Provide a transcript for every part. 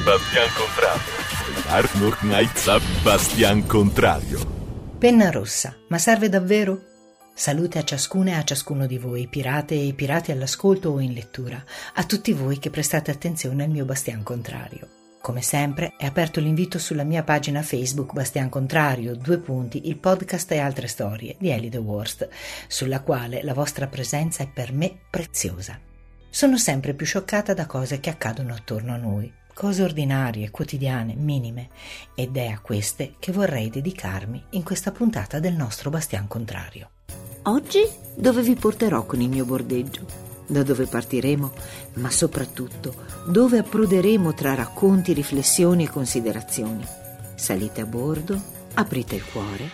Bastian Contrario. Darf noch nichts Bastian Contrario. Penna rossa, ma serve davvero? Salute a ciascuna e a ciascuno di voi, pirate e pirati all'ascolto o in lettura, a tutti voi che prestate attenzione al mio Bastian Contrario. Come sempre è aperto l'invito sulla mia pagina Facebook Bastian Contrario, il podcast e altre storie di Ellie the Worst, sulla quale la vostra presenza è per me preziosa. Sono sempre più scioccata da cose che accadono attorno a noi, cose ordinarie, quotidiane, minime, ed è a queste che vorrei dedicarmi in questa puntata del nostro Bastian Contrario. Oggi dove vi porterò con il mio bordeggio? Da dove partiremo? Ma soprattutto dove approderemo tra racconti, riflessioni e considerazioni. Salite a bordo, aprite il cuore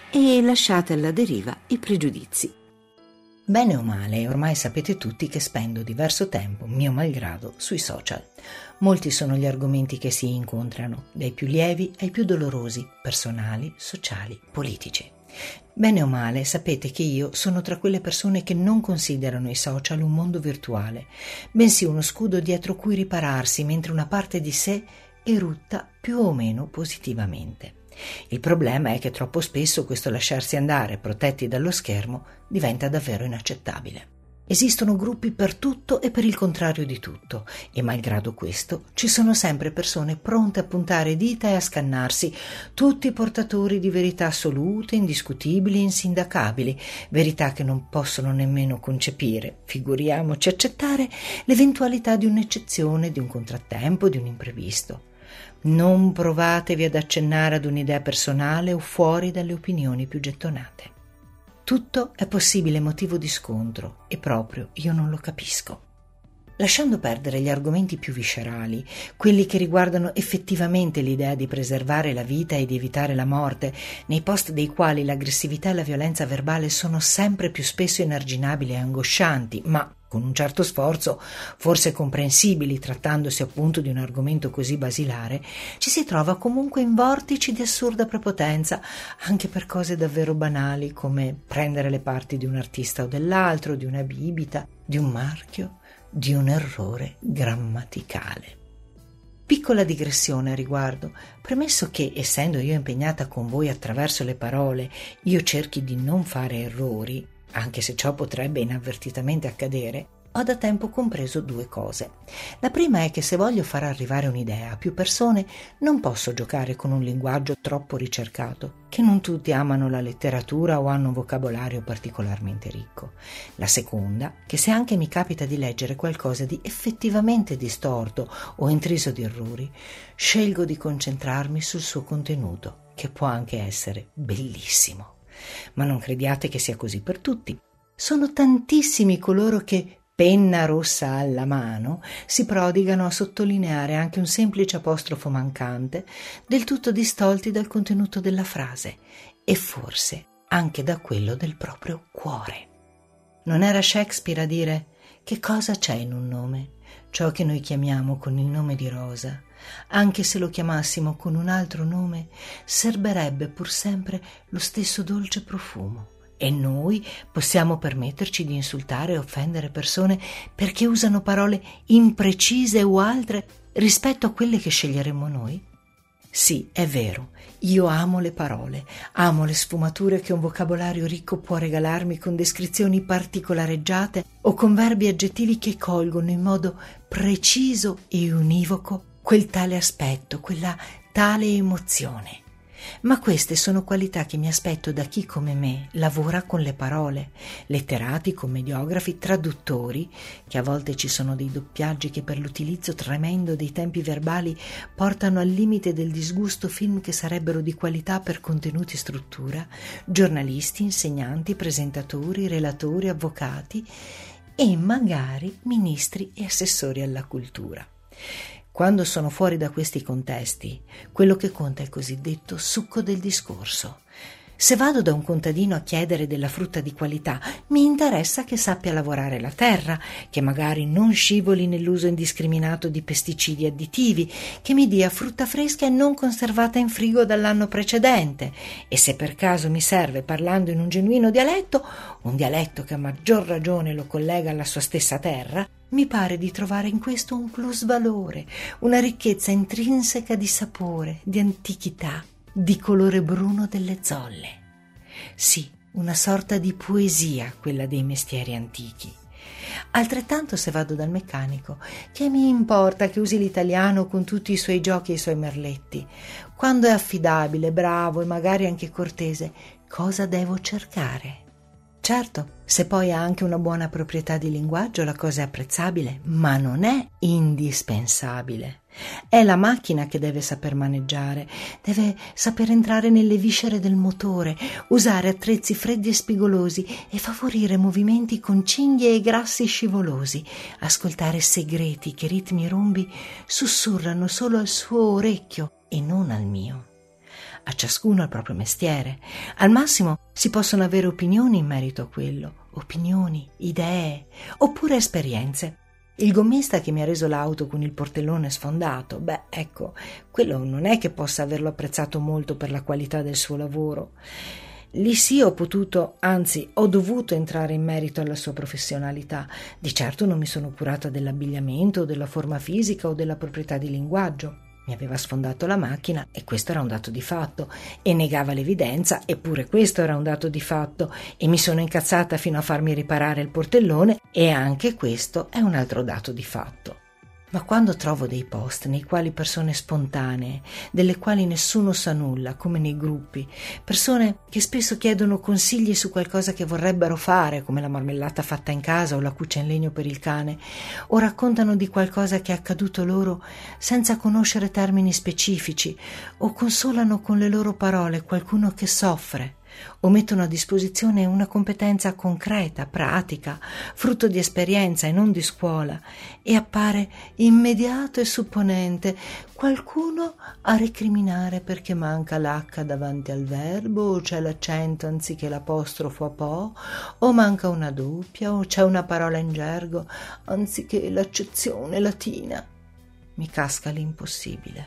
e lasciate alla deriva i pregiudizi. Bene o male, ormai sapete tutti che spendo diverso tempo, mio malgrado, sui social. Molti sono gli argomenti che si incontrano, dai più lievi ai più dolorosi, personali, sociali, politici. Bene o male, sapete che io sono tra quelle persone che non considerano i social un mondo virtuale, bensì uno scudo dietro cui ripararsi mentre una parte di sé erutta più o meno positivamente. Il problema è che troppo spesso questo lasciarsi andare, protetti dallo schermo, diventa davvero inaccettabile. Esistono gruppi per tutto e per il contrario di tutto, e malgrado questo ci sono sempre persone pronte a puntare dita e a scannarsi, tutti portatori di verità assolute, indiscutibili e insindacabili, verità che non possono nemmeno concepire, figuriamoci accettare l'eventualità di un'eccezione, di un contrattempo, di un imprevisto. Non provatevi ad accennare ad un'idea personale o fuori dalle opinioni più gettonate. Tutto è possibile motivo di scontro e proprio io non lo capisco. Lasciando perdere gli argomenti più viscerali, quelli che riguardano effettivamente l'idea di preservare la vita e di evitare la morte, nei post dei quali l'aggressività e la violenza verbale sono sempre più spesso inarginabili e angoscianti, ma con un certo sforzo, forse comprensibili trattandosi appunto di un argomento così basilare, ci si trova comunque in vortici di assurda prepotenza, anche per cose davvero banali come prendere le parti di un artista o dell'altro, di una bibita, di un marchio, di un errore grammaticale. Piccola digressione a riguardo, premesso che, essendo io impegnata con voi attraverso le parole, io cerchi di non fare errori, anche se ciò potrebbe inavvertitamente accadere, ho da tempo compreso due cose. La prima è che se voglio far arrivare un'idea a più persone non posso giocare con un linguaggio troppo ricercato, che non tutti amano la letteratura o hanno un vocabolario particolarmente ricco. La seconda, che se anche mi capita di leggere qualcosa di effettivamente distorto o intriso di errori, scelgo di concentrarmi sul suo contenuto, che può anche essere bellissimo. Ma non crediate che sia così per tutti. Sono tantissimi coloro che, penna rossa alla mano, si prodigano a sottolineare anche un semplice apostrofo mancante, del tutto distolti dal contenuto della frase e forse anche da quello del proprio cuore. Non era Shakespeare a dire: che cosa c'è in un nome? Ciò che noi chiamiamo con il nome di rosa, anche se lo chiamassimo con un altro nome, serberebbe pur sempre lo stesso dolce profumo. E noi possiamo permetterci di insultare e offendere persone perché usano parole imprecise o altre rispetto a quelle che sceglieremmo noi? Sì, è vero, io amo le parole, amo le sfumature che un vocabolario ricco può regalarmi con descrizioni particolareggiate o con verbi e aggettivi che colgono in modo preciso e univoco quel tale aspetto, quella tale emozione. Ma queste sono qualità che mi aspetto da chi come me lavora con le parole, letterati, commediografi, traduttori, che a volte ci sono dei doppiaggi che per l'utilizzo tremendo dei tempi verbali portano al limite del disgusto film che sarebbero di qualità per contenuti e struttura, giornalisti, insegnanti, presentatori, relatori, avvocati e magari ministri e assessori alla cultura. Quando sono fuori da questi contesti, quello che conta è il cosiddetto succo del discorso, Se vado da un contadino a chiedere della frutta di qualità, mi interessa che sappia lavorare la terra, che magari non scivoli nell'uso indiscriminato di pesticidi additivi, che mi dia frutta fresca e non conservata in frigo dall'anno precedente. E se per caso mi serve parlando in un genuino dialetto, un dialetto che a maggior ragione lo collega alla sua stessa terra, mi pare di trovare in questo un plusvalore, una ricchezza intrinseca di sapore, di antichità, di colore bruno delle zolle. Sì, una sorta di poesia quella dei mestieri antichi. Altrettanto se vado dal meccanico, che mi importa che usi l'italiano con tutti i suoi giochi e i suoi merletti? Quando è affidabile, bravo e magari anche cortese, cosa devo cercare? Certo, se poi ha anche una buona proprietà di linguaggio, la cosa è apprezzabile, ma non è indispensabile. È la macchina che deve saper maneggiare, deve saper entrare nelle viscere del motore, usare attrezzi freddi e spigolosi e favorire movimenti con cinghie e grassi scivolosi, ascoltare segreti che ritmi rombi sussurrano solo al suo orecchio e non al mio. A ciascuno il proprio mestiere. Al massimo si possono avere opinioni in merito a quello, opinioni, idee, oppure esperienze. Il gommista che mi ha reso l'auto con il portellone sfondato, ecco, quello non è che possa averlo apprezzato molto per la qualità del suo lavoro. Lì sì ho potuto, anzi ho dovuto entrare in merito alla sua professionalità. Di certo non mi sono curata dell'abbigliamento, o della forma fisica o della proprietà di linguaggio. Mi aveva sfondato la macchina e questo era un dato di fatto, e negava l'evidenza eppure questo era un dato di fatto, e mi sono incazzata fino a farmi riparare il portellone e anche questo è un altro dato di fatto. Ma quando trovo dei post nei quali persone spontanee, delle quali nessuno sa nulla, come nei gruppi, persone che spesso chiedono consigli su qualcosa che vorrebbero fare, come la marmellata fatta in casa o la cuccia in legno per il cane, o raccontano di qualcosa che è accaduto loro senza conoscere termini specifici, o consolano con le loro parole qualcuno che soffre, o mettono a disposizione una competenza concreta, pratica, frutto di esperienza e non di scuola, e appare immediato e supponente qualcuno a recriminare perché manca l'H davanti al verbo, o c'è l'accento anziché l'apostrofo a po', o manca una doppia, o c'è una parola in gergo anziché l'accezione latina. Mi casca l'impossibile.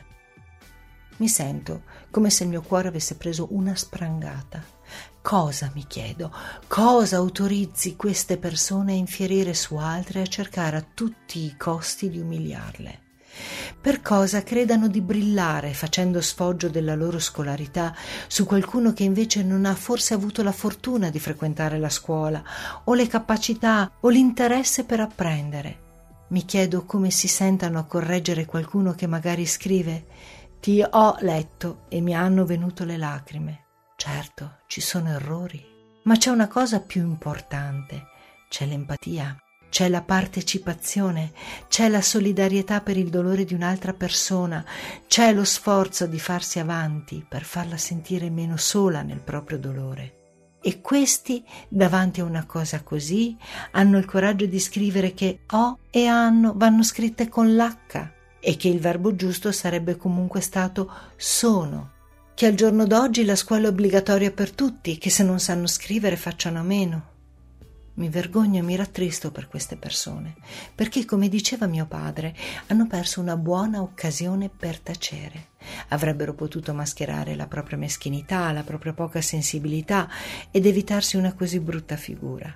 Mi sento come se il mio cuore avesse preso una sprangata. Cosa, mi chiedo, cosa autorizzi queste persone a infierire su altre e a cercare a tutti i costi di umiliarle? Per cosa credano di brillare facendo sfoggio della loro scolarità su qualcuno che invece non ha forse avuto la fortuna di frequentare la scuola, o le capacità o l'interesse per apprendere? Mi chiedo come si sentano a correggere qualcuno che magari scrive: «Ti ho letto e mi hanno venuto le lacrime». Certo, ci sono errori, ma c'è una cosa più importante: c'è l'empatia, c'è la partecipazione, c'è la solidarietà per il dolore di un'altra persona, c'è lo sforzo di farsi avanti per farla sentire meno sola nel proprio dolore. E questi, davanti a una cosa così, hanno il coraggio di scrivere che «o» e «hanno» vanno scritte con l'H e che il verbo giusto sarebbe comunque stato «sono», che al giorno d'oggi la scuola è obbligatoria per tutti, che se non sanno scrivere facciano a meno. Mi vergogno e mi rattristo per queste persone, perché, come diceva mio padre, hanno perso una buona occasione per tacere. Avrebbero potuto mascherare la propria meschinità, la propria poca sensibilità ed evitarsi una così brutta figura.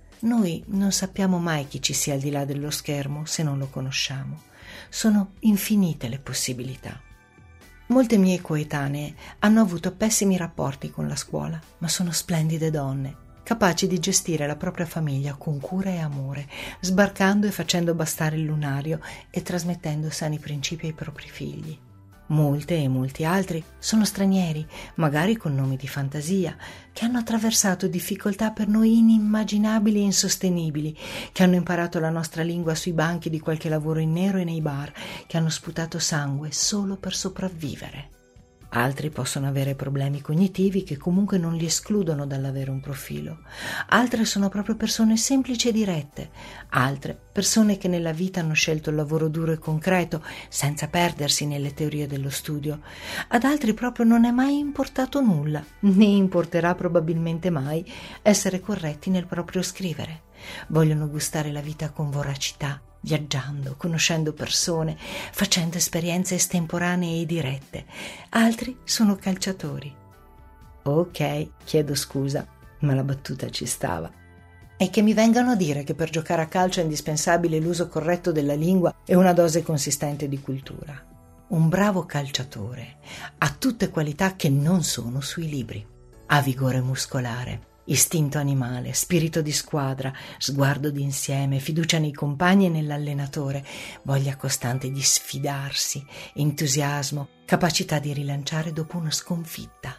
Noi non sappiamo mai chi ci sia al di là dello schermo se non lo conosciamo. Sono infinite le possibilità. Molte mie coetanee hanno avuto pessimi rapporti con la scuola, ma sono splendide donne, capaci di gestire la propria famiglia con cura e amore, sbarcando e facendo bastare il lunario e trasmettendo sani principi ai propri figli. Molte e molti altri sono stranieri, magari con nomi di fantasia, che hanno attraversato difficoltà per noi inimmaginabili e insostenibili, che hanno imparato la nostra lingua sui banchi di qualche lavoro in nero e nei bar, che hanno sputato sangue solo per sopravvivere. Altri possono avere problemi cognitivi che comunque non li escludono dall'avere un profilo. Altre sono proprio persone semplici e dirette. Altre persone che nella vita hanno scelto il lavoro duro e concreto senza perdersi nelle teorie dello studio. Ad altri proprio non è mai importato nulla, né importerà probabilmente mai essere corretti nel proprio scrivere. Vogliono gustare la vita con voracità, viaggiando, conoscendo persone, facendo esperienze estemporanee e dirette. Altri sono calciatori. Ok, chiedo scusa, ma la battuta ci stava. E che mi vengano a dire che per giocare a calcio è indispensabile l'uso corretto della lingua e una dose consistente di cultura. Un bravo calciatore ha tutte qualità che non sono sui libri. Ha vigore muscolare, istinto animale, spirito di squadra, sguardo d'insieme, fiducia nei compagni e nell'allenatore, voglia costante di sfidarsi, entusiasmo, capacità di rilanciare dopo una sconfitta.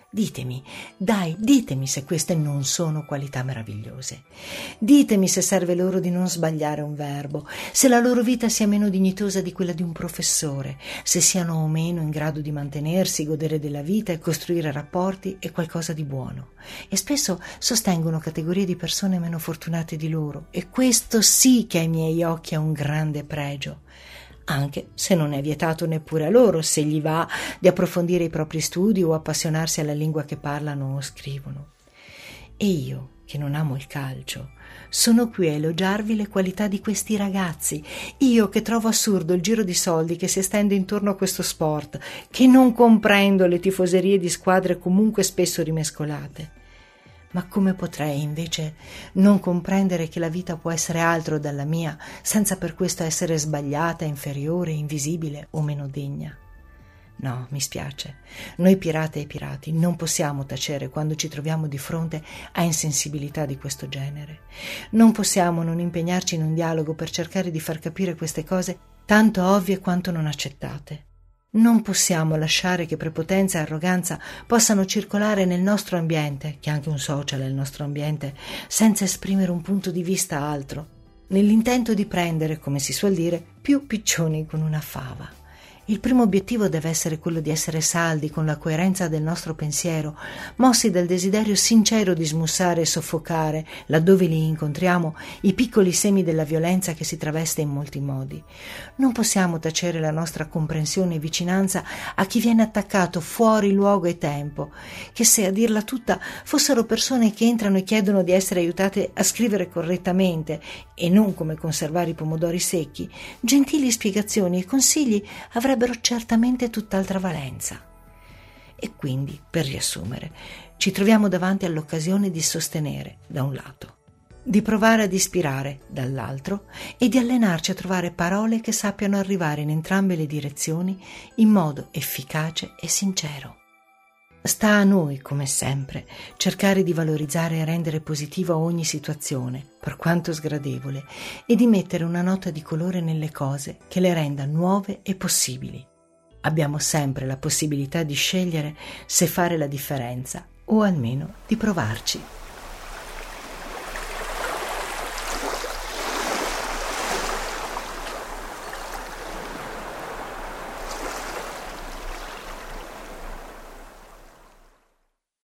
Ditemi se queste non sono qualità meravigliose. Ditemi se serve loro di non sbagliare un verbo, se la loro vita sia meno dignitosa di quella di un professore, se siano o meno in grado di mantenersi, godere della vita e costruire rapporti e qualcosa di buono. E spesso sostengono categorie di persone meno fortunate di loro, e questo sì che ai miei occhi è un grande pregio. Anche se non è vietato neppure a loro, se gli va, di approfondire i propri studi o appassionarsi alla lingua che parlano o scrivono. E io, che non amo il calcio, sono qui a elogiarvi le qualità di questi ragazzi. Io che trovo assurdo il giro di soldi che si estende intorno a questo sport, che non comprendo le tifoserie di squadre comunque spesso rimescolate. Ma come potrei invece non comprendere che la vita può essere altro dalla mia, senza per questo essere sbagliata, inferiore, invisibile o meno degna? No, mi spiace. Noi pirate e pirati non possiamo tacere quando ci troviamo di fronte a insensibilità di questo genere. Non possiamo non impegnarci in un dialogo per cercare di far capire queste cose tanto ovvie quanto non accettate. Non possiamo lasciare che prepotenza e arroganza possano circolare nel nostro ambiente, che anche un social è il nostro ambiente, senza esprimere un punto di vista altro, nell'intento di prendere, come si suol dire, più piccioni con una fava. Il primo obiettivo deve essere quello di essere saldi con la coerenza del nostro pensiero, mossi dal desiderio sincero di smussare e soffocare, laddove li incontriamo, i piccoli semi della violenza che si traveste in molti modi. Non possiamo tacere la nostra comprensione e vicinanza a chi viene attaccato fuori luogo e tempo, che se a dirla tutta fossero persone che entrano e chiedono di essere aiutate a scrivere correttamente e non come conservare i pomodori secchi, gentili spiegazioni e consigli avrebbero certamente tutt'altra valenza. E quindi, per riassumere, ci troviamo davanti all'occasione di sostenere, da un lato, di provare ad ispirare, dall'altro, e di allenarci a trovare parole che sappiano arrivare in entrambe le direzioni in modo efficace e sincero. Sta a noi, come sempre, cercare di valorizzare e rendere positiva ogni situazione, per quanto sgradevole, e di mettere una nota di colore nelle cose che le renda nuove e possibili. Abbiamo sempre la possibilità di scegliere se fare la differenza, o almeno di provarci.